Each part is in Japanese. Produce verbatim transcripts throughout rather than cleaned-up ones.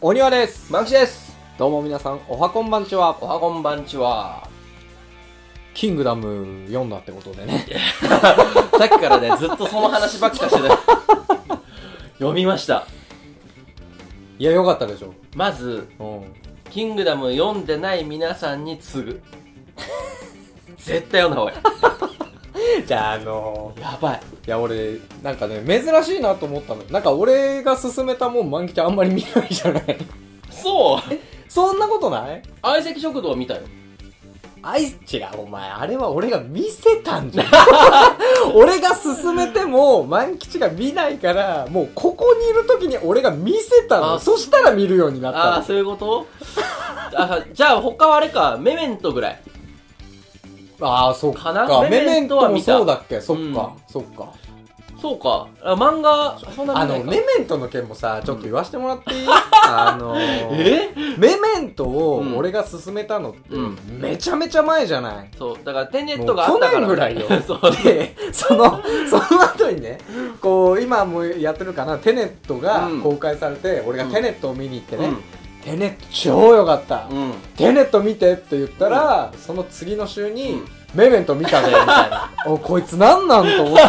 お庭です。 マンキシです。 どうも皆さん、おはこんばんちは。 おはこんばんちは。 キングダム読んだってことでね。 さっきからね、ずっとその話ばっかしてた。読みました。 いや、よかったでしょ。 まず、 うん。 キングダム読んでない皆さんに次ぐ。絶対読んだ方がいい。 じゃあ、あのー、 やばい。 いや、俺、なんかね、珍しいなと思ったの。なんか俺が勧めたもん、マンキちゃんあんまり見ないじゃない。 そうそんなことない？ 相席食堂見たよ。 あい、違う、お前、あれは俺が見せたんじゃん。俺が勧めても、万吉が見ないから、もうここにいる時に俺が見せたの。そしたら見るようになったの。 ああ、そういうことあ、じゃあ他はあれか、メメントぐらい。 ああ、そっか。 かなメメントもそうだっけ？そっか、 うん、 そっか。 そうか。あ、漫画、そんな見ないか。 あの、メメントの件もさ、ちょっと言わせてもらっていい？あのー、 えメメントを俺が勧めたのって、 うん、 めちゃめちゃ前じゃない？ そう。だからテネットがあったから、ね。 去年ぐらいよ。 そう。 で、その、その後にね、こう、今もやってるかな、テネットが公開されて、うん、俺がテネットを見に行ってね、うん、テネット超良かった、うん、テネット見てって言ったら、うん、その次の週に、うん、メメント見たね、みたいな。お、こいつなんなんと思って。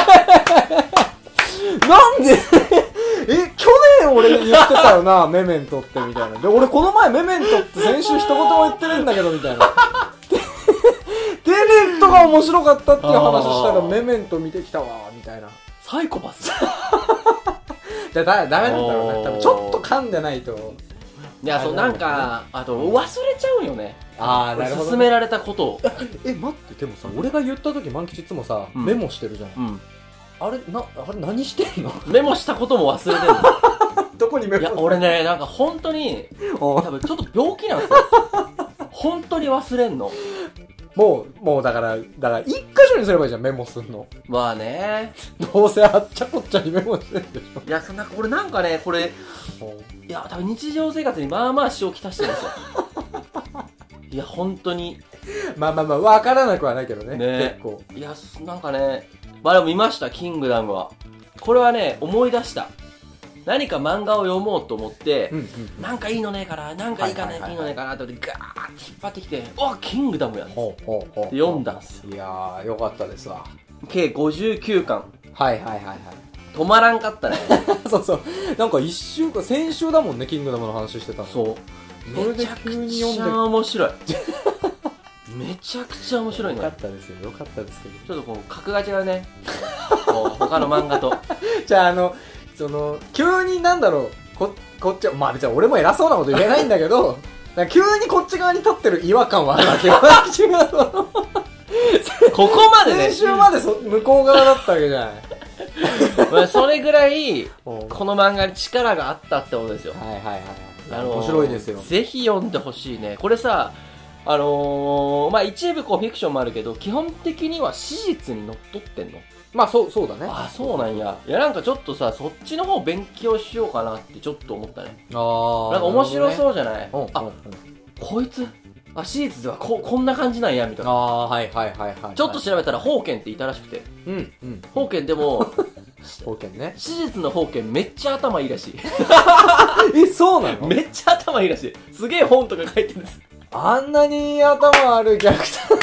なんでえ、去年俺言ってたよな、メメントって、みたいな。で、俺この前メメントって先週一言も言ってるんだけど、みたいな。テネットが面白かったっていう話したら、メメント見てきたわ、みたいな。 サイコパスじゃあ、だ、ダメだったろうね。多分ちょっと噛んでないと。 いや、そう、なんか、あと、忘れちゃうんよね。 ああ、なるほど。 勧められたことを。 え、待って、でもさ、俺が言った時、万吉いつもさ、メモしてるじゃん。うん。あれ、な、あれ何してんの？ メモしたことも忘れてるの。 どこにメモしてんの？ いや、俺ね、なんか本当に、多分ちょっと病気なんですよ。本当に忘れんの。 もう、もうだから、だから、一箇所にすればいいじゃん、メモすんの。 まあね。 どうせあっちゃこっちゃにメモしてるでしょ。 いや、そんな、俺なんかね、これ、いや、多分日常生活にまあまあ支障をきたしてるんですよ。いや、本当に。 まあまあまあ、わからなくはないけどね。 ね、 結構。 いや、なんかね、まあでも見ました、キングダムは。これはね、思い出した。何か漫画を読もうと思って、うんうんうん、なんかいいのねえから、なんかいいかね、いいのねえかなってガーって引っ張ってきて、おキングダムやん。ほうほうほう。読んだんすよ。 いやー、よかったですわ。 計ごじゅうきゅうかん。 はいはいはいはい。 止まらんかったね。 そうそう。なんか一週間、先週だもんね、キングダムの話してたの。 そう。めちゃくちゃ面白い。めちゃくちゃ面白いね。 よかったですよ、よかったですけど。 ちょっとこう、格が違うね。こう他の漫画と。 じゃあ、あの、その、急になんだろう、こ、こっちは、まあ別に俺も偉そうなこと言えないんだけど、なんか急にこっち側に立ってる違和感はあるわけよ。違う。 ここまでね。 先週までそ向こう側だったわけじゃない。 まあそれぐらい、この漫画に力があったってことですよ。 はいはいはい。 あのー、 面白いですよ。 ぜひ読んでほしいね。これさ、あのー、まあ一部こうフィクションもあるけど、基本的には史実にのっとってんの。 まあそう、そうだね。 あ、そうなんや。いやなんかちょっとさ、そっちの方勉強しようかなってちょっと思ったね。ああ。なんか面白そうじゃない？ね、あ、うん、こいつ、あ、史実ではこ、こんな感じなんや、みたいな。 ああ、はいはいはいはい。 ちょっと調べたら、宝剣っていたらしくて。 うん、うん。 宝剣でも、 宝剣ね。 史実の宝剣めっちゃ頭いいらしい。 え、そうなの？ めっちゃ頭いいらしい。すげえ本とか書いてるんです。 あんなに頭ある逆算。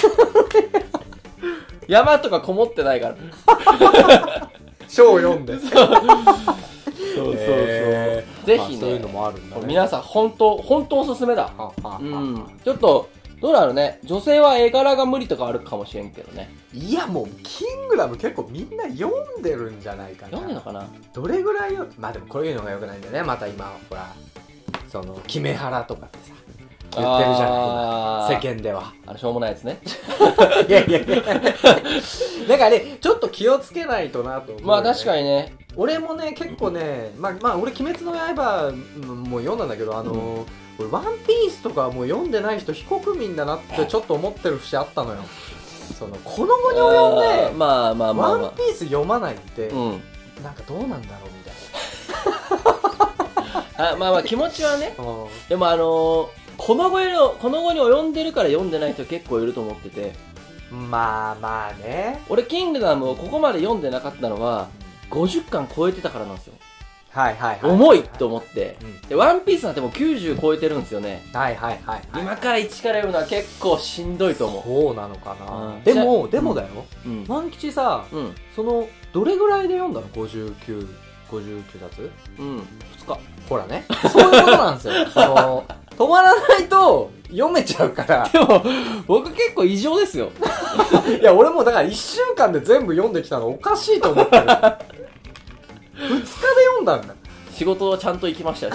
山とかこもってないから。 書を読んで。そうそうそう。 えー、ぜひね、 そういうのもあるんだね。 皆さん本当、本当おすすめだ。うん。ちょっと、どうだろうね。女性は絵柄が無理とかあるかもしれんけどね。 いやもう、キングダム結構みんな読んでるんじゃないかな。 読んでるのかな？ どれぐらいよ、まあでもこういうのが良くないんだよね。また今、ほら、その、キメハラとかってさ、言ってるじゃん、世間では。 あの、しょうもないやつね。 いやいやいや。だからね、ちょっと気をつけないとなと思う、ね。 まあ確かにね。 俺もね、結構ね、まあまあ俺、鬼滅の刃も読んだんだけど、あのー、うん、俺、ワンピースとかもう読んでない人、非国民だなってちょっと思ってる節あったのよ。その、この後に及んで、 まあまあまあ、まあ、 ワンピース読まないって、うん、なんかどうなんだろうみたいな。 あ、まあまあ気持ちはね。でもあのー、この後の、この後に及んでるから読んでない人結構いると思ってて。 まあまあね。 俺、キングダムをここまで読んでなかったのは、ごじゅっかん超えてたからなんですよ。 はいはいはい。 重いと思って、 うん、 でワンピースなんてもうきゅうじゅう超えてるんですよね。 はいはいはい、はい、 今から一から読むのは結構しんどいと思う。 そうなのかな、 うん、 でもでもだよ、 うん、 万吉さ、うん、そのどれぐらいで読んだの？ ごじゅうきゅう ごじゅうきゅう冊？うん、ふつか。ほらね、そういうことなんですよ。あの止まらないと読めちゃうから。 でも僕結構異常ですよ。 いや俺もだからいっしゅうかんで全部読んできたのおかしいと思ってる。ふつかで読んだんだ。 仕事をちゃんと行きましたよ。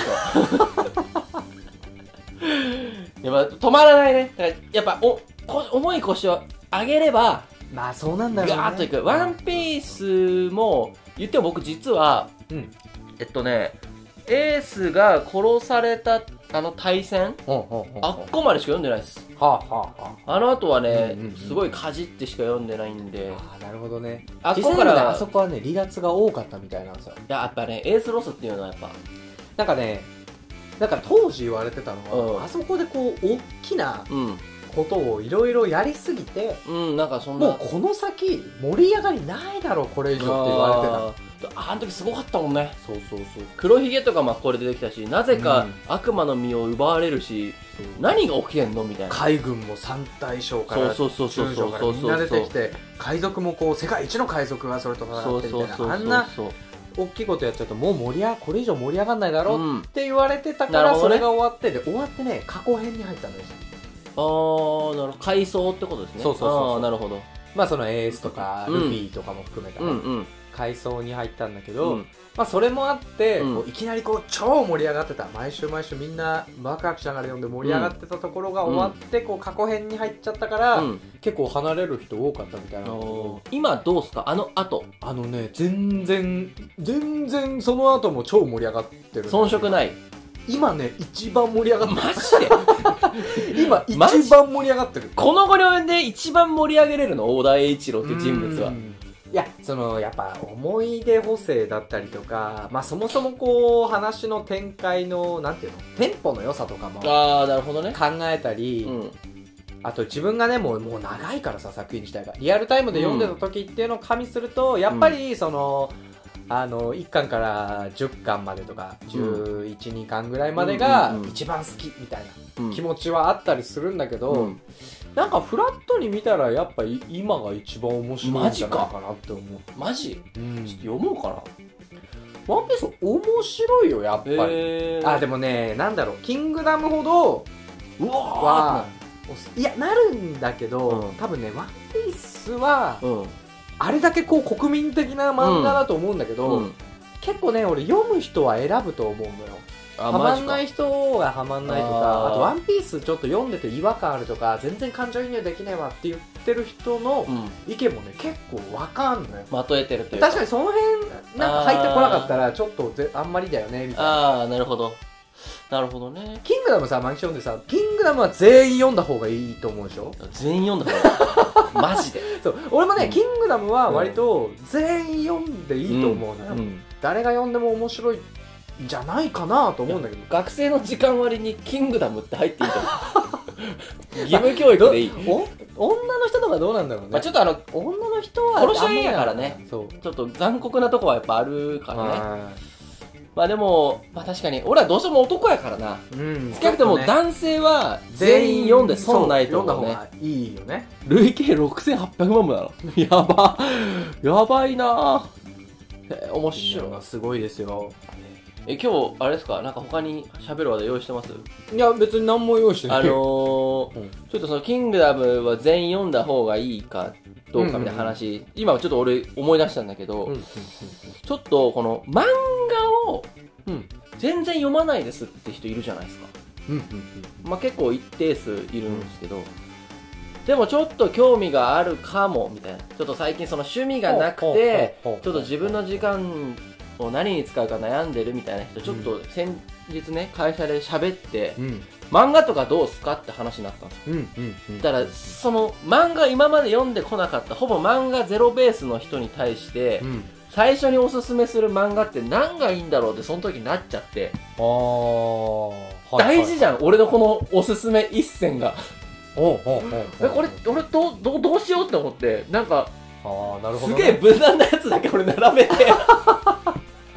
やっぱ止まらないね。だからやっぱおこ重い腰を上げれば、 まあそうなんだろうね。 ガーッといく。ワンピースも言っても僕実は、うん、えっとねエースが殺されたあの対戦、うんうんうんうん、あっこまでしか読んでないです。はあはあはあ、あの後はね、うんうんうん、すごいかじってしか読んでないんで。 ああなるほどね。 あっこから、 ね、あそこはね離脱が多かったみたいなんですよ。 いややっぱねエースロスっていうのはやっぱなんかね、なんか当時言われてたのは、うん、あそこでこう大きなことをいろいろやりすぎて、うん、なんかそんなもうこの先盛り上がりないだろうこれ以上って言われてた。 あの時すごかったもんね。 そうそうそう。 黒ひげとかまあこれでできたし、なぜか悪魔の実を奪われるし、うん、何が起きてんのみたいな。 海軍も三大将から中将からみんな出てきて、海賊もこう世界一の海賊がそれと戦ってみたいな、あんな大きいことやっちゃうともう盛り上これ以上盛り上がんないだろうって言われてたから、それが終わってで終わってね過去編に入ったんですよ。 ああなるほど。回想ってことですね。 そうそうそうそう。 あなるほど。 まあそのエースとかルフィとかも含めた、ね、うんうん階層に入ったんだけど、うん、まあそれもあって、うん、こういきなりこう超盛り上がってた毎週毎週みんなワクワクしながら読んで盛り上がってたところが終わって、うん、こう過去編に入っちゃったから、うん、結構離れる人多かったみたいな。 今どうすかあの後？ あのね全然全然その後も超盛り上がってる。 遜色ない。 今ね一番盛り上がってる。 マジで今一番盛り上がってる。 このご両円で一番盛り上げれるの大田栄一郎っていう人物は。 いやそのやっぱ思い出補正だったりとか、まあ、そもそもこう話の展開のなんていうのテンポの良さとかもあーなるほどね考えたり、うん、あと自分がねもうもう長いからさ作品自体がリアルタイムで読んでた時っていうのを加味すると、うん、やっぱりその、あのいっかんからじゅっかんまでとかじゅういち、うん、にかんぐらいまでが一番好きみたいな気持ちはあったりするんだけど、うん、なんかフラットに見たらやっぱ今が一番面白いんじゃないかなって思う。 マジ？うん、ちょっと読もうかな。 ワンピース面白いよやっぱり、えー、あでもねなんだろうキングダムほどうわはいやなるんだけど、うん、多分ねワンピースは、うん、あれだけこう国民的な漫画だと思うんだけど、うん、結構ね俺読む人は選ぶと思うのよ。はまんない人がはまんないとか あ, あとワンピースちょっと読んでて違和感あるとか全然感情移入できないわって言ってる人の意見もね、うん、結構わかんのよ。 まとえてるというか確かにその辺なんか入ってこなかったらちょっとぜあんまりだよねみたいな。 ああなるほどなるほどね。 キングダムさマキションでさキングダムは全員読んだ方がいいと思うでしょ。 全員読んだ方がマジでそう俺もね、うん、キングダムは割と全員読んでいいと思うのよ、うんうん、誰が読んでも面白いじゃないかなと思うんだけど学生の時間割にキングダムって入っていいと思う義務教育でいいお女の人とかどうなんだろうね、 まあ、ちょっとあの女の人は殺し合いやからねそうちょっと残酷なとこはやっぱあるからね。まあでも、まあ確かに俺はどうしても男やからな、うん、少なくとも男性は全員読んで損ないと思うね。 読んだ方がいいよね。 累計ろくせんはっぴゃくまん部だろやばやばいなぁ。面白いな。 すごいですよ。 え今日あれですかなんか他に喋る話題用意してます？ いや別に何も用意してない。 あのーうん、ちょっとそのキングダムは全員読んだ方がいいかどうかみたいな話、うんうんうん、今ちょっと俺思い出したんだけど、うんうんうん、ちょっとこの漫画を全然読まないですって人いるじゃないですか、うんうんうん、まあ結構一定数いるんですけど、うん、でもちょっと興味があるかもみたいな、ちょっと最近その趣味がなくてちょっと自分の時間を何に使うか悩んでるみたいな人ちょっと先日ね会社で喋って、うん、漫画とかどうすかって話になったんですよ、うんうんうん、だからその漫画今まで読んでこなかったほぼ漫画ゼロベースの人に対して、うん、最初におすすめする漫画って何がいいんだろうってその時になっちゃって、あー、はいはい、大事じゃん俺のこのおすすめ一選がおうおうおうおうこれ俺どう、どう、どうしようって思ってなんかあなるほど、ね、すげえ無難なやつだけ俺並べて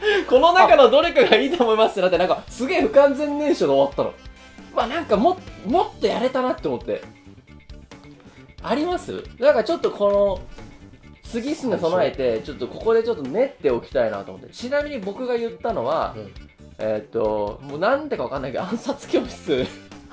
この中のどれかがいいと思いますってなって、なんかすげえ不完全燃焼で終わったの。まあなんかももっとやれたなって思って。あります？なんかちょっとこの次すに備えてちょっとここでちょっと練っておきたいなと思って。ちなみに僕が言ったのは、うん、えー、っともうなんでかわかんないけど暗殺教室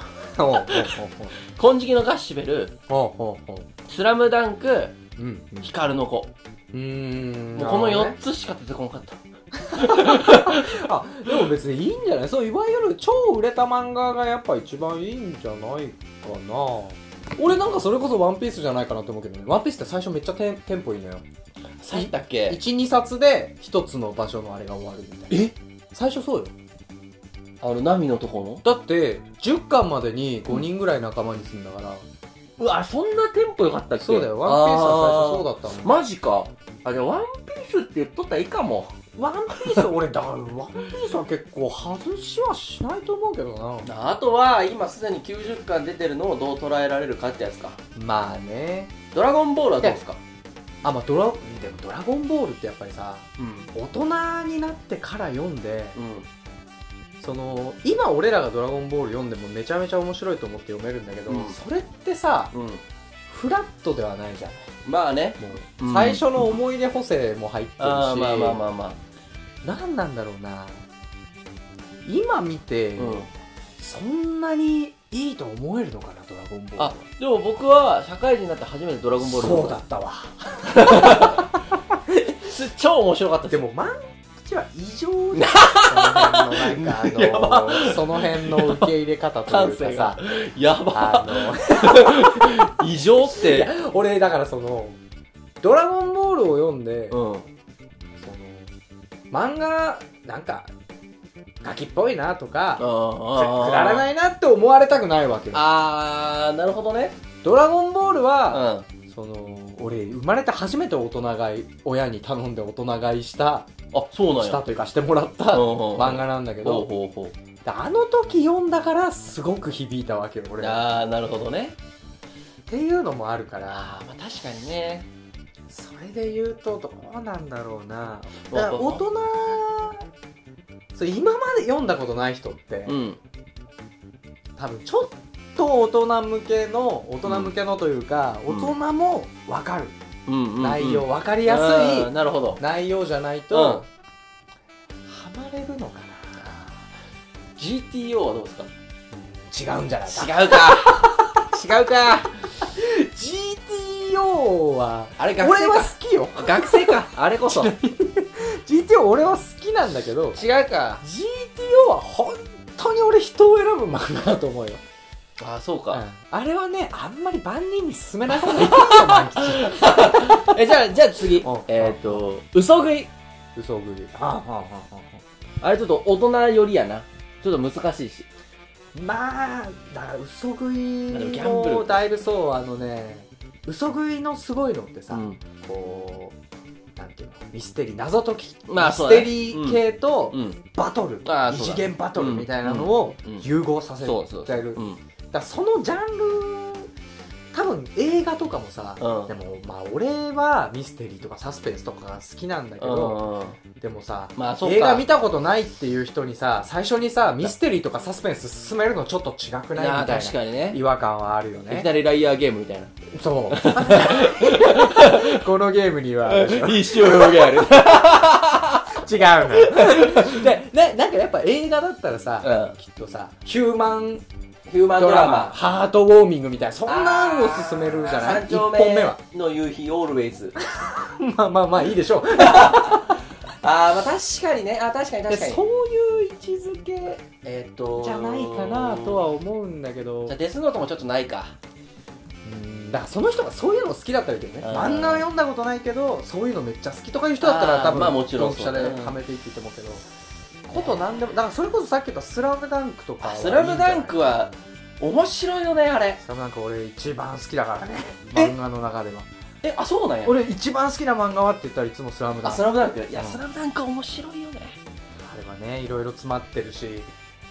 金色のガッシュベル、スラムダンク、うんうん、光の子、うーん、もうこのよっつしか出てこなかったあ、でも別にいいんじゃない？そういわゆる超売れた漫画がやっぱ一番いいんじゃないかな。俺なんかそれこそワンピースじゃないかなって思うけどね。ワンピースって最初めっちゃテンテンポいいのよ。 最初だっけ ?いち、 に 冊でひとつの場所のあれが終わるみたいな。え？最初そうよ。 あのナミのところのだってじゅっかんまでにごにんぐらい仲間にするんだから、うん、 うわ、そんなテンポよかったっけ？ そうだよ、ワンピースは最初そうだったの。 マジか。あ、じゃあワンピースって言っとったらいいかも。 ワンピース俺だからワンピースは結構外しはしないと思うけどな。あとは今すでにきゅうじゅっかん出てるのをどう捉えられるかってやつか。 まあね。 ドラゴンボールはどうですか？ あ、まあドラでもドラゴンボールってやっぱりさ、うん、大人になってから読んで、うん、その今俺らがドラゴンボール読んでもめちゃめちゃ面白いと思って読めるんだけど、うん、それってさ、うん、フラットではないじゃない。 まあね、 もう最初の思い出補正も入ってるし、うん、 あまあまあまあまあ、 何なんだろうな、今見て、うん、そんなにいいと思えるのかな、ドラゴンボール。 あ、でも僕は社会人になって初めてドラゴンボールそうだったわ超面白かったです。 でもマンチは異常じゃんその辺のなんかあのー、その辺の受け入れ方というかさ、 やば、あの異常って。いや俺だからそのドラゴンボールを読んで、うん、その漫画なんかガキっぽいなとかくだらないなって思われたくないわけよ。 あー、なるほどね。 ドラゴンボールは、うん、その俺生まれて初めて大人買い、親に頼んで大人買いした、 あ、そうなんや、 したというかしてもらった漫画なんだけど、あの時読んだからすごく響いたわけよ俺は。 あー、なるほどね。 っていうのもあるから、 あー、まあ確かにね。 それで言うとどうなんだろうな。だから大人、そう今まで読んだことない人って、うん、多分ちょっと大人向けの大人向けのというか、うん、大人も分かる、うん、内容、分かりやすい内容じゃないと、うん、ハマれるのかな。 ジーティーオー はどうですか？ 違うんじゃないか。 違うか違うかジーティーオー はあれ学生か。 俺は好きよ。 学生かあれこそジーティーオー 俺は好きなんだけど、 違うか。 ジーティーオー は本当に俺人を選ぶ漫画だと思うよ。 ああ、そうか、うん、 あれはね、あんまり万人に勧めない方がいいと思う万吉え、じゃあ、じゃあ次、えっと嘘食い。 嘘食い、 ああ、はあ、あれちょっと大人寄りやな。ちょっと難しいし。 まあだから嘘食いもだいぶそう、あのね、嘘食いのすごいのってさ、うん、こうなんていうの、ミステリー、謎解き、まあ、ミステリー系と、うん、バトル、異次元バトルみたいなのを融合させてる。だからそのジャンル、多分映画とかもさ、うん、でもまあ俺はミステリーとかサスペンスとかが好きなんだけど、うん、でもさ、まあ、映画見たことないっていう人にさ、最初にさミステリーとかサスペンス進めるのちょっと違くないみたいな確かに、ね、 違和感はあるよね。 いきなりライアーゲームみたいな。 そうこのゲームには一生表現ある違うので、ね、なんかやっぱ映画だったらさ、うん、きっとさヒューマンヒューマンドラマ、 ハートウォーミングみたいな、そんなんを勧めるじゃない。 三丁目の夕日オールウェイズまあまあまあいいでしょうあー、まあ確かにね。あ、確かに確かにそういう位置づけ、えー、とじゃないかなとは思うんだけど。 じゃあデスノートもちょっとないか。 うん、だからその人がそういうの好きだったらいいけどね。漫画は読んだことないけどそういうのめっちゃ好きとかいう人だったら多分まあもちろんドンピシャではめていっていいと思うけど、ことなんでも、だからそれこそさっき言ったスラムダンクとか、 スラムダンクは面白いよね、あれ。 スラムダンク俺一番好きだからね、漫画の中では。 え、あ、そうなんや。 俺一番好きな漫画はって言ったらいつもスラムダンク。 あ、スラムダンク。いや、うん、スラムダンク面白いよね。 あれはね、いろいろ詰まってるし、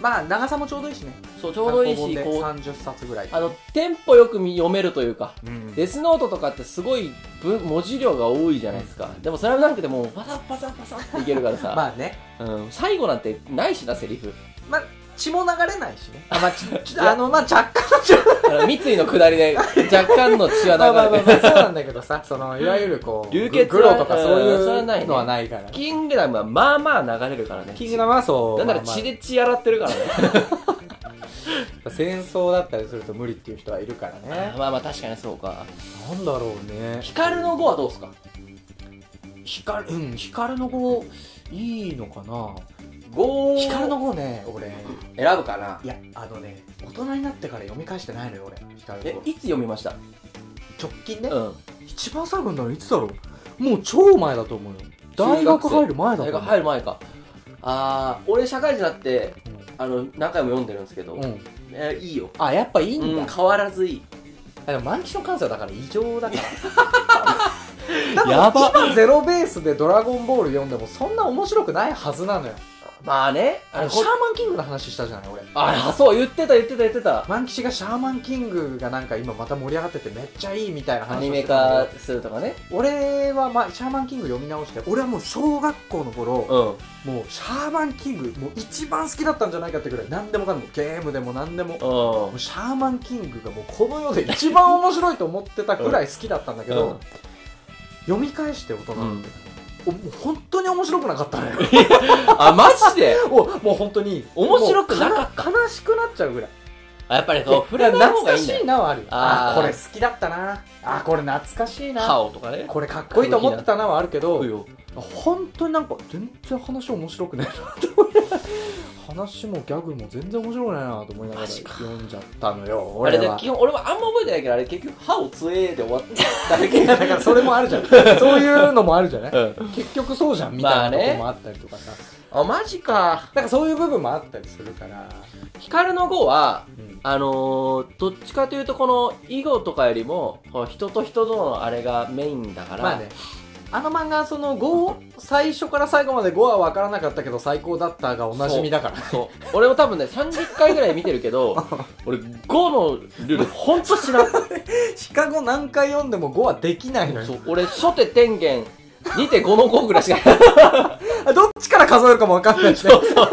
まあ長さもちょうどいいしね。 そうちょうどいいし、 こうさんじゅっさつぐらい。 あのテンポよく読めるというか、 うん、 デスノートとかってすごい文文字量が多いじゃないですか。でもスラムダンクでもうパサパサパサっていけるからさ。 まあね、 うん、最後なんてないしな、セリフ。 まあ血も流れないしね。あ、まあ、ちあの、まあ、若干あの、三井の下りで若干の血はまあまあまあ流れてそうなんだけどさ、その、いわゆるこう、 流血グロとかそううんそれはいないねうのはないからね。 キングダムはまあまあ流れるからね。 キングダムはそう。 なんならまあまあ血で血洗ってるからね。 戦争だったりすると無理っていう人はいるからね。 まあまあ確かにそうか。 なんだろうね。 光の碁はどうすか？ 光、うん、光の碁、いいのかな。 碁光の碁ね、俺、 選ぶかな。 いや、あのね、大人になってから読み返してないのよ、俺。光えの碁。 いつ読みました？ 直近ね。 うん一番最後になるいつだろう。もう超前だと思うよ。大学入る前だと思う。 大学入る前か。あー、俺社会人になってあの何回も読んでるんですけど、 うん。 えいいよ。 あ、やっぱいいんだ。 うん、変わらずいい。 でも満期の感性はだから異常だからやば多分今ゼロベースでドラゴンボール読んでもそんな面白くないはずなのよ。 まあね、 あのシャーマンキングの話したじゃない俺。 あ、そう言ってた言ってた言ってた。 万吉がシャーマンキングがなんか今また盛り上がっててめっちゃいいみたいな話をアニメしてたんだ化するとかね。 けど、俺は、まあ、シャーマンキング読み直して俺はもう小学校の頃、 うんもうシャーマンキングもう一番好きだったんじゃないかってくらい何でもかんでもゲームでも何でももううシャーマンキングがもうこの世で一番面白いと思ってたくらい好きだったんだけど、 うん読み返して大人ん。 になって、おもう本当に面白くなかったねあ、マジでおもう本当に面白くなかったもう悲しくなっちゃうぐらい。 あ、やっぱりこう、触れない方がいいんだよ。 懐かしいなはあるよ。 あーあーこれ好きだったなあーこれ懐かしいなカオとかね。 これかっこいいと思ってたなはあるけど、 よ。 本当になんか全然話面白くないなと思いながら話もギャグも全然面白くないなと思いながらマジか読んじゃったのよあれで俺は。 基本俺はあんま覚えてないけど、あれ結局歯をつえで終わっただけいやだからそれもあるじゃんそういうのもあるじゃない、 うん結局そうじゃんみたいなとこもあったりとかさ、 あ、マジか。 だからそういう部分もあったりするから、 光の碁は、 うんあのー、どっちかというとこの囲碁とかよりもこの人と人とのあれがメインだから、 まあね、あの漫画そのご最初から最後までごは分からなかったけど最高だったがおなじみだからそう俺も多分ねさんじゅっかいぐらい見てるけど俺碁のルールほんと知らんシカゴ何回読んでもごはできないのよ。 そう俺初手天元にてごのごぐらいしかどっちから数えるかも分かんないしね。 そうそう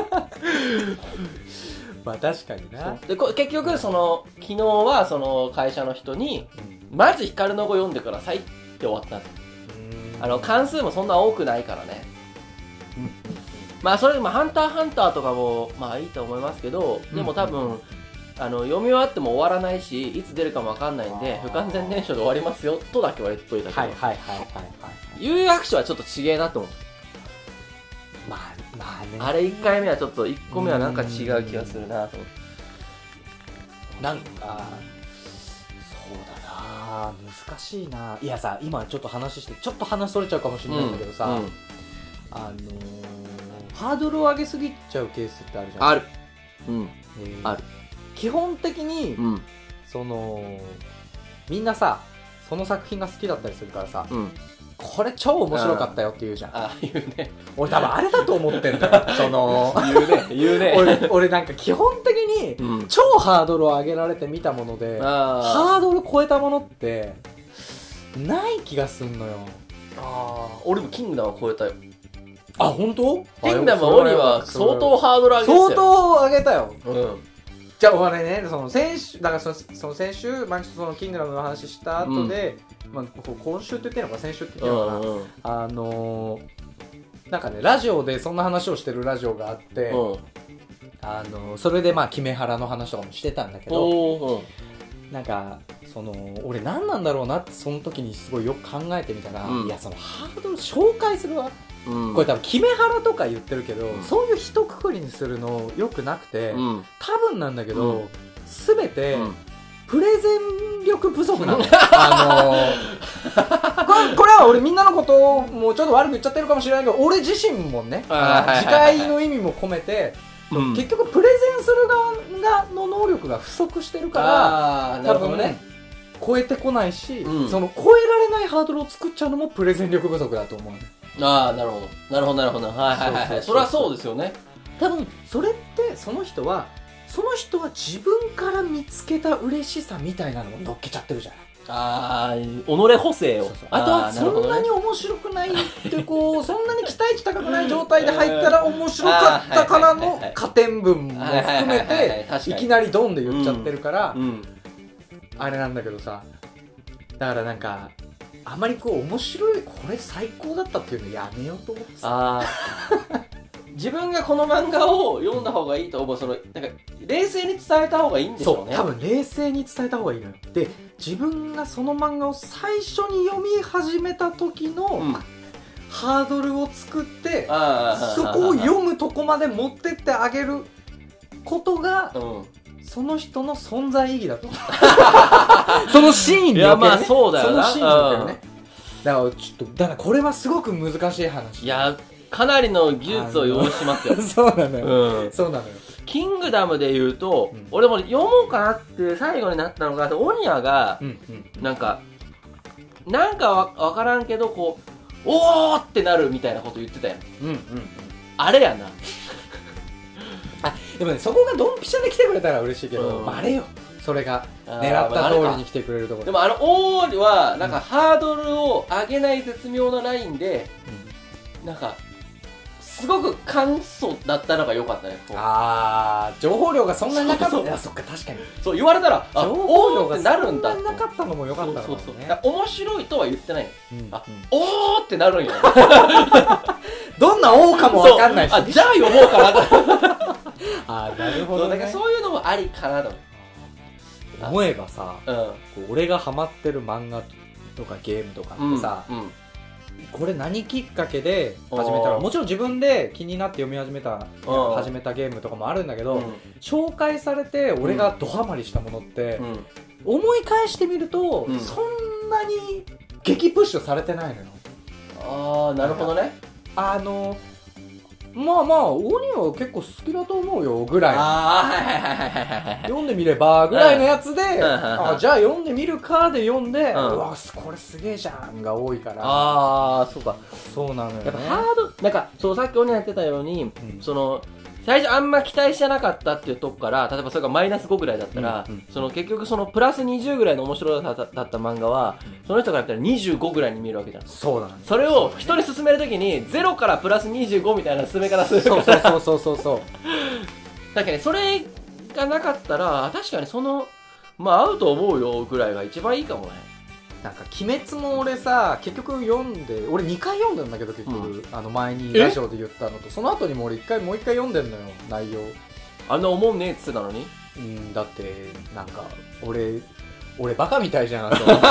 まあ確かにな。 でこ結局その昨日はその会社の人にまず光の碁読んでくださいって終わったんです。あの関数もそんな多くないからね。まあそれでもハンターハンターとかもまあいいと思いますけど、でも多分あの読み終わっても終わらないしいつ出るかもわかんないんで不完全燃焼で終わりますよとだけは言っといたけど、 はいはいはいはいはい有楽書はちょっとちげえなと思う。 まあまあね、 あれいっかいめはちょっといっこめはなんか違う気がするなと思って。 なんかそうだな難しいな。いやさ今ちょっと話してちょっと話それちゃうかもしれないんだけどさ、 うんうんあのー、ハードルを上げすぎちゃうケースってあるじゃん。 ある。うんえーある。 基本的に、 うんそのみんなさその作品が好きだったりするからさ、 うんこれ超面白かったよって言うじゃん。 あ言うね俺多分あれだと思ってんだよその言うね言うね俺俺なんか基本的にうん超ハードルを上げられて見たものであハードル超えたものってない気がすんのよ。 あー俺もキングダムは超えたよ。 あ本当？ キングダムはオリは相当ハードル上げてたよ。 相当上げたよ。 うんじゃあ俺ねその先週だからそのその先週毎日そのキングダムの話した後で、まあ、こう今週って言ってるのか先週って言ってるのかな、 うんうんあのー、なんかねラジオでそんな話をしてるラジオがあって、 うんあのー、それでまあキメハラの話とかもしてたんだけど、 おーなんかその俺何なんだろうなってその時にすごいよく考えてみたら、 うんいやそのハードル紹介するわ、 うんこれ多分キメハラとか言ってるけど、 うんそういう一括りにするのよくなくて、 うん多分なんだけど、 うん全て、 うんプレゼン力不足なのあのー、これこれは俺みんなのことをもうちょっと悪く言っちゃってるかもしれないけど俺自身もねあーあの次回の意味も込めて、 うん結局プレゼンする側がの能力が不足してるからあーな多分るほどね。 超えてこないし、 うんその超えられないハードルを作っちゃうのもプレゼン力不足だと思うああなるほどなるほどなるほどはいはいはいはい。それはそうですよね。 多分それってでその人はその人は自分から見つけた嬉しさみたいなのを乗っけちゃってるじゃない。 ああ、己補正を。 そうそう、あとはそんなに面白くないってこうそんなに期待値高くない状態で入ったら面白かったからの加点分も含めていきなりドンで言っちゃってるから、あれなんだけどさ、だからなんかあまりこう面白い、これ最高だったっていうのやめようと思ってさ。あ自分がこの漫画を読んだ方がいいと思う、そのなんか冷静に伝えた方がいいんでしょうね。 そう、多分冷静に伝えた方がいいのよ。で、自分がその漫画を最初に読み始めた時の、うん、ハードルを作ってそこを読むとこまで持ってってあげることが、うん、その人の存在意義だとそのシーンにおけるね。いや、まあそうだよな。そのシーンにおけるね。だからちょっとだからこれはすごく難しい話。 いや、かなりの技術を要しますよ。 そうなのよ、うん、そうなのよ。 キングダムで言うと、うん、俺も読もうかなって最後になったのが、オニアが、うんうん、なんかなんか わ, わからんけどこうおーってなるみたいなこと言ってたやん、うんうんうん、あれやなあ、でもね、そこがドンピシャで来てくれたら嬉しいけど、うん、あれよ、それが狙った通りに来てくれるところ。 でもあのおーはなんかハードルを上げない絶妙なラインで、うん、なんかすごく簡素だったのが良かったね。 ああ、情報量がそんなになかった。いや、そっか、確かに。 そう言われたら、情報量がなるんだ。 そんなになかったのも良かったのね。そうそうそう。 面白いとは言ってない。うん、あ、うん、おーってなるんよ。 どんなおーかもわかんないし、ね。 あ、じゃあ読もうかなと。 あー、なるほど、ね。 そう、そういうのもありかなと。 思えばさ、うん、こう俺がハマってる漫画とかゲームとかってさ、うんうん、これ何きっかけで始めたの？もちろん自分で気になって読み始めた始めたゲームとかもあるんだけど、うん、紹介されて俺がドハマりしたものって、うん、思い返してみると、うん、そんなに激プッシュされてないのよ。 ああ、なるほどね。 あのまあまあ、鬼は結構好きだと思うよぐらい。ああ、はいはいはいはいはい。読んでみればぐらいのやつで、うん、あ、じゃあ読んでみるかで読んで、うん、うわ、これすげえじゃんが多いから。 ああ、そうか。 そうなのよね。 やっぱハード、なんか、そう、さっき鬼が言ってたように、うん、その、最初あんま期待してなかったっていうとこから、例えばそれがマイナスごぐらいだったら、うんうん、その結局そのプラスにじゅうぐらいの面白さだった漫画は、うん、その人からやったらにじゅうごぐらいに見えるわけじゃん。 そうだね。 それを人に進めるときにゼロからプラスにじゅうごみたいな進め方するから。 そうそうそうそうそう。 だけどね、それがなかったら、確かにその、まあ合うと思うよぐらいが一番いいかもね。 なんか鬼滅も俺さ、結局読んで、俺にかい読んだんだけど結局、うん、あの前にラジオで言ったのと、その後にも俺いっかいもういっかい読んでんのよ、内容。 あんな思うねって言ってたのに。 うん、だってなんか俺俺バカみたいじゃん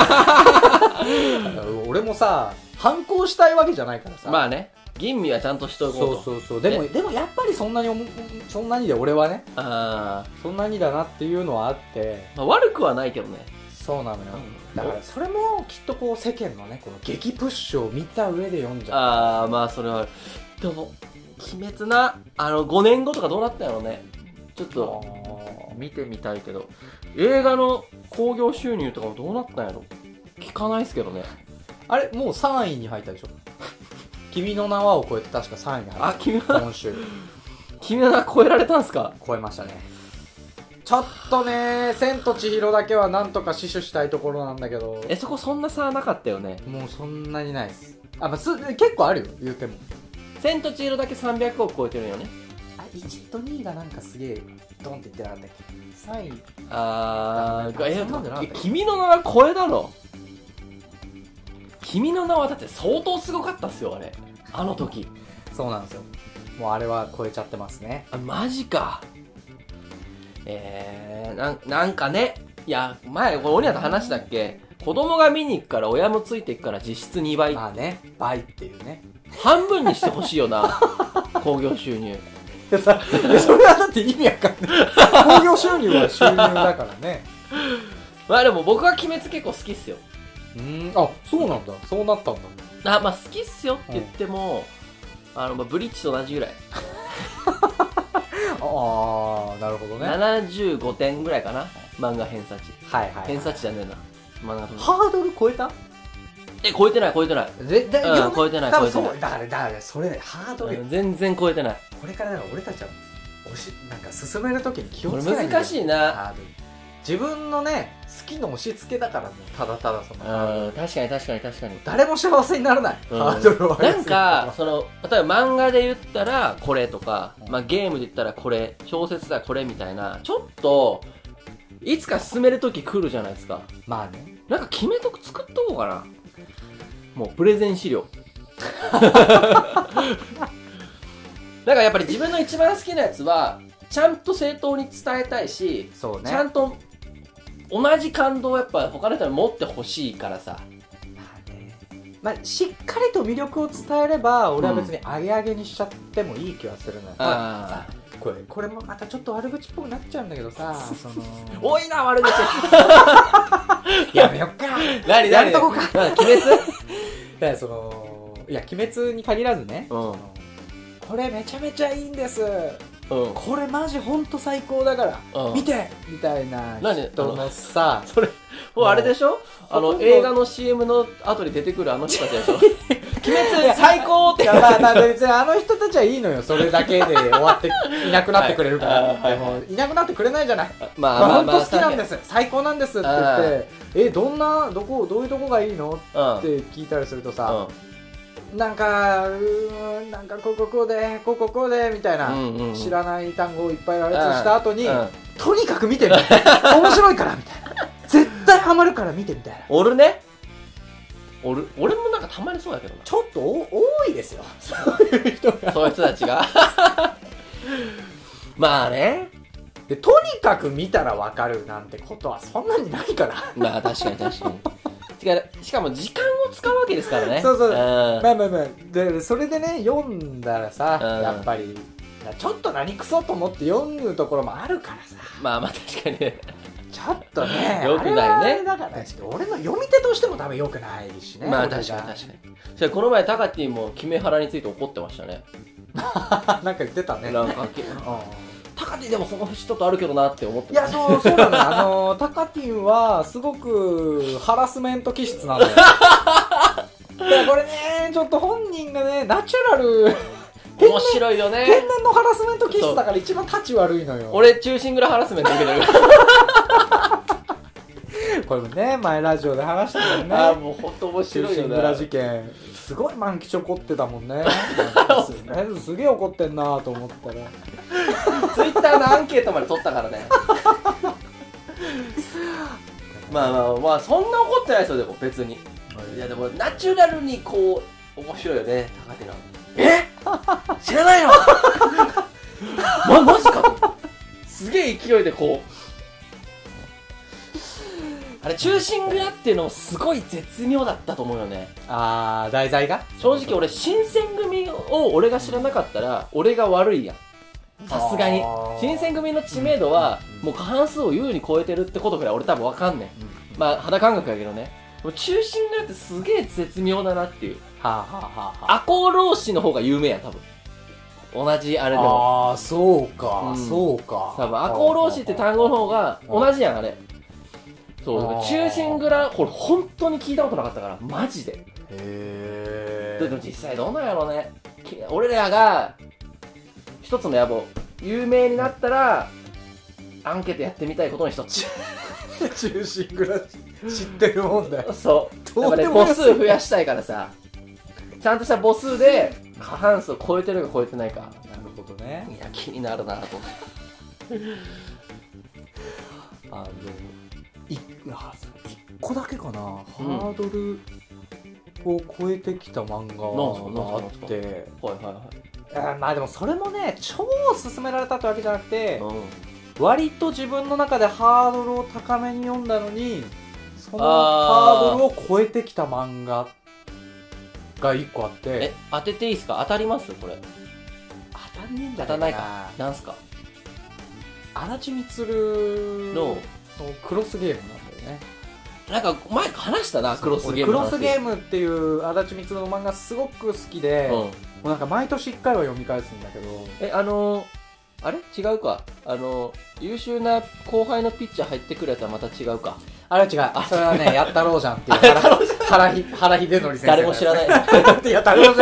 俺もさ、反抗したいわけじゃないからさ。 まあね、吟味はちゃんとしとこうと。 そうそうそう。でも、ね、でもやっぱりそんなにそんなにで俺はね、あそんなにだなっていうのはあって、 まあ、悪くはないけどね。 そうなのよ、うん、だからそれもきっとこう世間のね、この激プッシュを見た上で読んじゃう。 ああ、まあそれはでも鬼滅な、あのごねんごとかどうなったんやろうね。ちょっと見てみたいけど、映画の興行収入とかもどうなったんやろ。聞かないっすけどね。 あれもうさんいに入ったでしょ君の名はを超えて確かさんいに入った。 あ、君の名は今週君の名は超えられたんすか。 超えましたね。ちょっとね、千と千尋だけはなんとか死守したいところなんだけど。 え、そこそんな差なかったよね。 もうそんなにないです。あ、まあ、す結構あるよ、言うても。 千と千尋だけさんびゃくおく超えてるよね。 あ、いちとにいがなんかすげえドンって言ってなかったっけ。さんい。 あー、え、え、君の名は超えだろ。君の名はだって相当すごかったっすよ、あれ。あの時。 そうなんですよ。もうあれは超えちゃってますね。 あ、マジか。えー、な, なんかね、いや、前、これ、鬼だと話したっけ、子供が見に行くから親もついていくから実質にばい。 まあね、倍っていうね。 半分にしてほしいよな、興行収入。 いやさ、いやそれはだって意味わかんない。興行収入は収入だからね。 まあでも僕は鬼滅結構好きっすよ。 うーん、あ、そうなんだ。そうなったんだ。 あ、まあ好きっすよって言っても、うん、あの、まあ、ブリッジと同じぐらい。 ああ、なるほどね。 ななじゅうごてんぐらいかな、漫画偏差値。 はいはい、はい、 偏差値じゃねえな、漫画。 ハードル超えた？ え、超えてない超えてない。 で、で、 うん、超えてない超えてない。 だからだからそれハードル、 うん、全然超えてない。 これからだから俺たちは押しなんか進めるときに気をこれつけないと難しいな。 ある自分のね好きの押し付けだからもうただただそのうん、確かに確かに確かに。 誰も幸せにならない、 うん、 ハードルを上げなんかその例えば漫画で言ったらこれとか、まあ、ゲームで言ったらこれ、小説だこれみたいな、ちょっといつか進めるとき来るじゃないですか。 まあね、 なんか決めとく作っとこうかな。もうプレゼン資料なんかやっぱり自分の一番好きなやつはちゃんと正当に伝えたいし、 そうね、 ちゃんと同じ感動をやっぱ他の人に持ってほしいからさ。 まあ、しっかりと魅力を伝えれば俺は別に上げ上げにしちゃってもいい気はするのよ、うんまあ、さこれこれもまたちょっと悪口っぽくなっちゃうんだけどさその多いな悪口やめよっか何何やめとこうか鬼滅だからそのいや鬼滅に限らずね、 うん、 これめちゃめちゃいいんです、 うん、 これマジほんと最高だから、うん、見てみたいな人のさそれもうあれでしょ、あの映画の シーエム の後に出てくるあの人たちでしょ鬼滅最高って。いやまあまあ別にあの人たちはいいのよ、それだけで終わっていなくなってくれるから、はい、でもいなくなってくれないじゃない。まあまあまあ本当好きなんです、最高なんですって言ってえどんなどこどういうとこがいいのって聞いたりするとさ、うん、なんかうーんなんかこうこうこうでこうこうこうでみたいな、うんうんうん、知らない単語をいっぱい羅列した後に、うんうん、とにかく見てみ面白いからみたいな絶対ハマるから見てみたいな。 おるね。おる俺もなんかたまにそうだけどな。 ちょっと多いですよそういう人がそういう人たちがまあね。 でとにかく見たら分かるなんてことはそんなにないからまあ確かに確かにしかも時間を使うわけですからね。 そうそう、うん、まあまあまあでそれでね読んだらさ、うん、やっぱりちょっと何クソと思って読むところもあるからさ。 まあまあ確かにねちょっとねよくないね。 だから俺の読み手としても多分よくないしね。 まあ確かに確かに。それこの前タカティもキメハラについて怒ってましたねなんか言ってたね。 なんかタカティでもその節ちょっとあるけどなって思って、 ね、いやそうそうなのよあのタカティンはすごくハラスメント気質なのよいやこれねちょっと本人がねナチュラル面白いよね。 天然のハラスメント気質だから一番タチ悪いのよ。 俺中心蔵ハラスメント受けてるこれもね前ラジオで話したもんね。 ああもうほんと面白いよね。 中心蔵事件すごい満吉怒ってたもんねす, すげえ怒ってんなと思ったらツイッターのアンケートまで取ったからねまあまあまあそんな怒ってないですよ。でも別に、いやでもナチュラルにこう面白いよね高手が。え知らないのま、マジかとすげえ勢いでこうあれ忠臣蔵っていうのもすごい絶妙だったと思うよね。 あー題材が正直俺新選組を俺が知らなかったら俺が悪いやん。さすがに新選組の知名度はもう過半数を優に超えてるってことぐらい俺多分分かんねん、うん、まあ肌感覚やけどね。忠臣蔵ってすげえ絶妙だなっていう。はあはあはあ、赤穂浪士の方が有名やん多分。同じあれでも。 ああそうか、うん、そうか。 多分赤穂浪士って単語の方が同じやんあれ。そう忠臣蔵これ本当に聞いたことなかったからマジで。へえ。でも実際どうなんやろうね。俺らが一つの野望有名になったらアンケートやってみたいことの一つ忠臣蔵知ってるもんだよ。 そうだからね母数増やしたいからさちゃんとした母数で過半数を超えてるか超えてないか。なるほどね。 いや気になるなと思ってあのいっこだけかな、うん、ハードルを超えてきた漫画があって、はいはいはい。まあでもそれもね超勧められたってわけじゃなくて、うん、割と自分の中でハードルを高めに読んだのにそのハードルを超えてきた漫画がいっこあって。 え当てていいですか。当たりますこれ。 当たんねえんだよな。 当たんないか。なんすか。 足立満のクロスゲームなんだよね。 なんか前話したなクロスゲームの話。クロスゲームっていう足立満の漫画すごく好きで、うん、もうなんか毎年いっかいは読み返すんだけど。 えあのー、あれ違うか。あのー、優秀な後輩のピッチャー入ってくるやつはまた違うか。 あれ違う。あそれはねやったろうじゃんっていう原原秀則先生。 誰も知らない。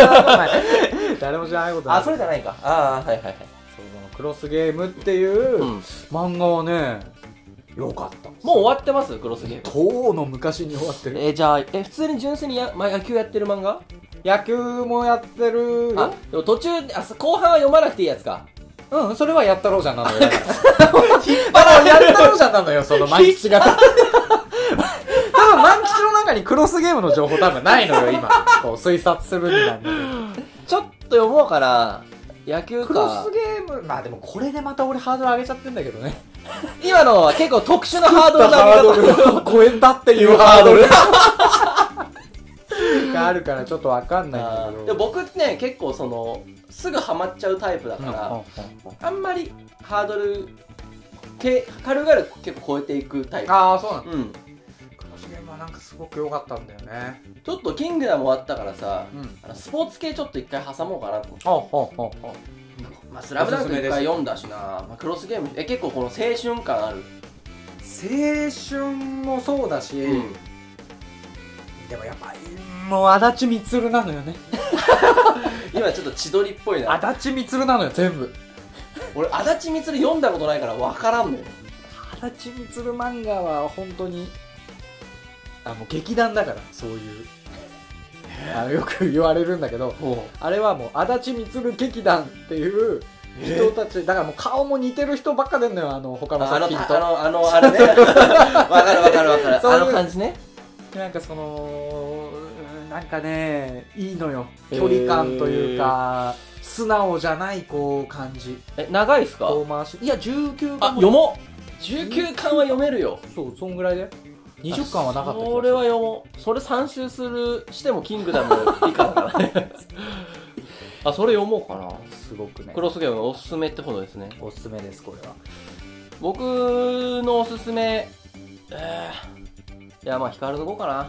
いや誰も知らないことない。誰も知らないことない。 あそれじゃないか。ああはいはいはい。 そのクロスゲームっていう、うん、漫画はねよかった。 もう終わってます？クロスゲームとうの昔に終わってる。 えー、じゃあえ普通に純粋にや、まあ、野球やってる漫画？ 野球もやってるよ。 あでも途中あ後半は読まなくていいやつか。 うん、それはやったろうじゃんなのよ。引っ張ろうやったろうじゃんなのよ、その万吉が。多分万吉の中にクロスゲームの情報多分ないのよ、今。こう推察するになんだけど。 ちょっと読もうかな。野球か。 クロスゲーム、まあでもこれでまた俺ハードル上げちゃってんだけどね。 今のは結構特殊なハードルだハードルを超えたっていうハードル。があるからちょっとわかんないんだけど。 でも僕ね、結構その、すぐハマっちゃうタイプだから、あんまりハードル軽々結構超えていくタイプ。 ああそうなんだ、うん、クロスゲームはなんかすごく良かったんだよね。 ちょっとキングダム終わったからさ、うん、あのスポーツ系ちょっと一回挟もうかなと思って。ほうほうほうほう。まあスラムダンク一回読んだしな、まあ、クロスゲームえ結構この青春感ある。 青春もそうだし、うん、でもやっぱもう足立満なのよね。 今ちょっと千鳥っぽいな。 足立満なのよ全部。 俺足立満読んだことないから分からんのよ。 足立満漫画は本当にあもう劇団だからそういうあのよく言われるんだけど、あれはもう足立満劇団っていう人たちだからもう顔も似てる人ばっか出んのよ、あの他の作品と。 あのあのあれね。分かる分かる分かる。あの感じね。 なんかそのなんかねいいのよ、距離感というか素直じゃないこう感じ。 え長いっすか？ 遠回しいやじゅうきゅうかん。 あ読もう。じゅうきゅうかんは読めるよ。 そうそんぐらいでにじゅっかんはなかった気がする。 それは読もう。それさん周するしてもキングダム以下だからね。あそれ読もうかな。 すごくねクロスゲームおすすめってことですね。 おすすめですこれは。 僕のおすすめえー、いやまあヒカルのごかな。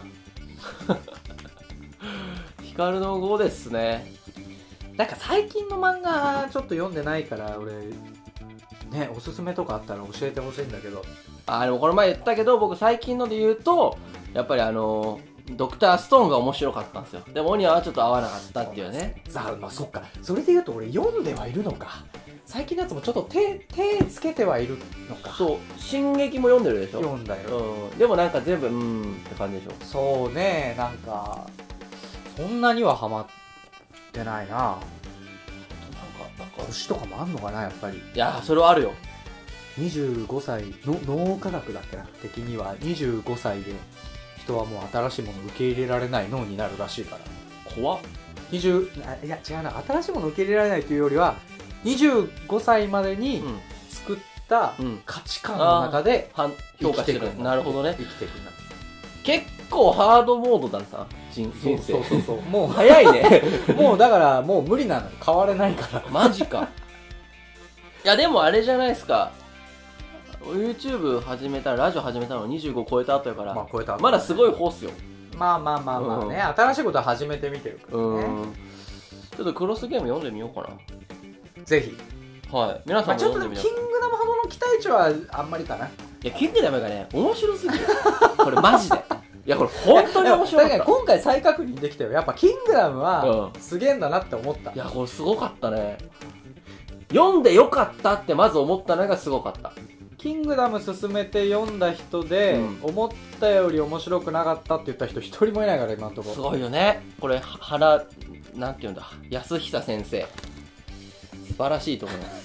ヒカルのごですね。 なんか最近の漫画ちょっと読んでないから俺ねおすすめとかあったら教えてほしいんだけど。 あでもこの前言ったけど僕最近ので言うとやっぱりあのドクターストーンが面白かったんですよ。でも鬼はちょっと合わなかったっていうね。 さあまあそっか、それで言うと俺読んではいるのか。最近のやつもちょっと手手つけてはいるのか。 そう進撃も読んでるでしょ。 読んだよ、 うん、でもなんか全部うーんって感じでしょ。 そうね、なんかそんなにはハマってないな。なんかなんか年とかもあんのかなやっぱり。 いやそれはあるよ。 にじゅうごさいの脳科学だっけな的にはにじゅうごさいで人はもう新しいものを受け入れられない脳になるらしいから。 怖っ。 にじゅういや違うな、新しいものを受け入れられないというよりはにじゅうごさいまでに作った価値観の中で評価してる。なるほどね。 生きていくんだ。 結構ハードモードだな人生。 そうそうそうもう早いね。 もうだからもう無理なの、変われないから。 マジか。いやでもあれじゃないですか、YouTube 始めたラジオ始めたのにじゅうご超えた後やから、まあ超えた後ね、まだすごい方っすよ。 まあまあまあまあね、うん、新しいことは始めてみてるからね。うんちょっとクロスゲーム読んでみようかな。 ぜひ。 はい。皆さんも読んでみよう。まあ、ちょっとキングダムほどの期待値はあんまりかな。いや、キングダムがね、面白すぎる。これマジで。いや、これ本当に面白かった。 今回再確認できたよ。やっぱキングダムはすげえんだなって思った。 うん、いや、これすごかったね。読んでよかったってまず思ったのがすごかった。 キングダム進めて読んだ人で、うん、思ったより面白くなかったって言った人一人もいないから今のところ。 すごいよね。これ原なんていうんだ、安久先生素晴らしいと思います。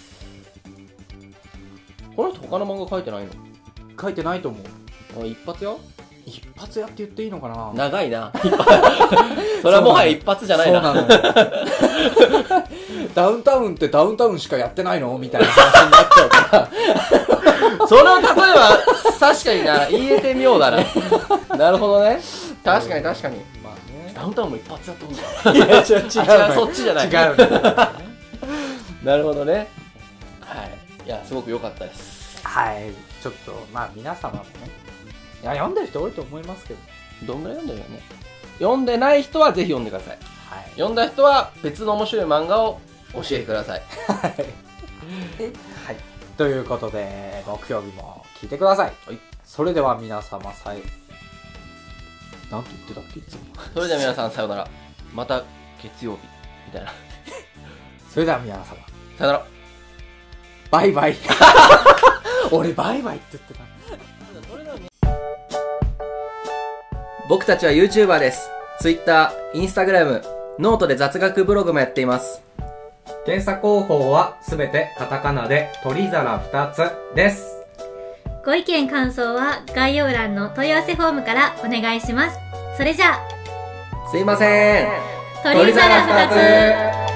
この人他の漫画書いてないの？ 書いてないと思う。 あ、一発や？ 一発やって言っていいのかな。 長いな。それはもはや一発じゃないな。そうなのよ。 ダウンタウンってダウンタウンしかやってないのみたいな話になっちゃうから。 その例えば確かにな、言えてみようだな。なるほどね。確かに確かに。まあね。ダウンタウンも一発やったもんだ。いや違う違う。そっちじゃない。違う。なるほどね。はい。いやすごく良かったです。 はい。ちょっとまあ皆様もね。いや読んでる人多いと思いますけど。 どんぐらい読んでるよね。読んでない人はぜひ読んでください。はい。読んだ人は別の面白い漫画を教えてください。はい。はい。 ということで木曜日も聞いてください。はい。それでは皆様さよ。なんて言ってたっけいつも。 それでは皆さんさよなら。また月曜日みたいな。 それでは皆様さよなら。 バイバイ。俺バイバイって言ってた。 僕たちは YouTuber です。Twitter、Instagram、ノートで雑学ブログもやっています。 検査方法はすべてカタカナで鳥皿ふたつです。 ご意見感想は概要欄の問い合わせフォームからお願いします。それじゃあ、 すいません。 鳥皿ふたつ。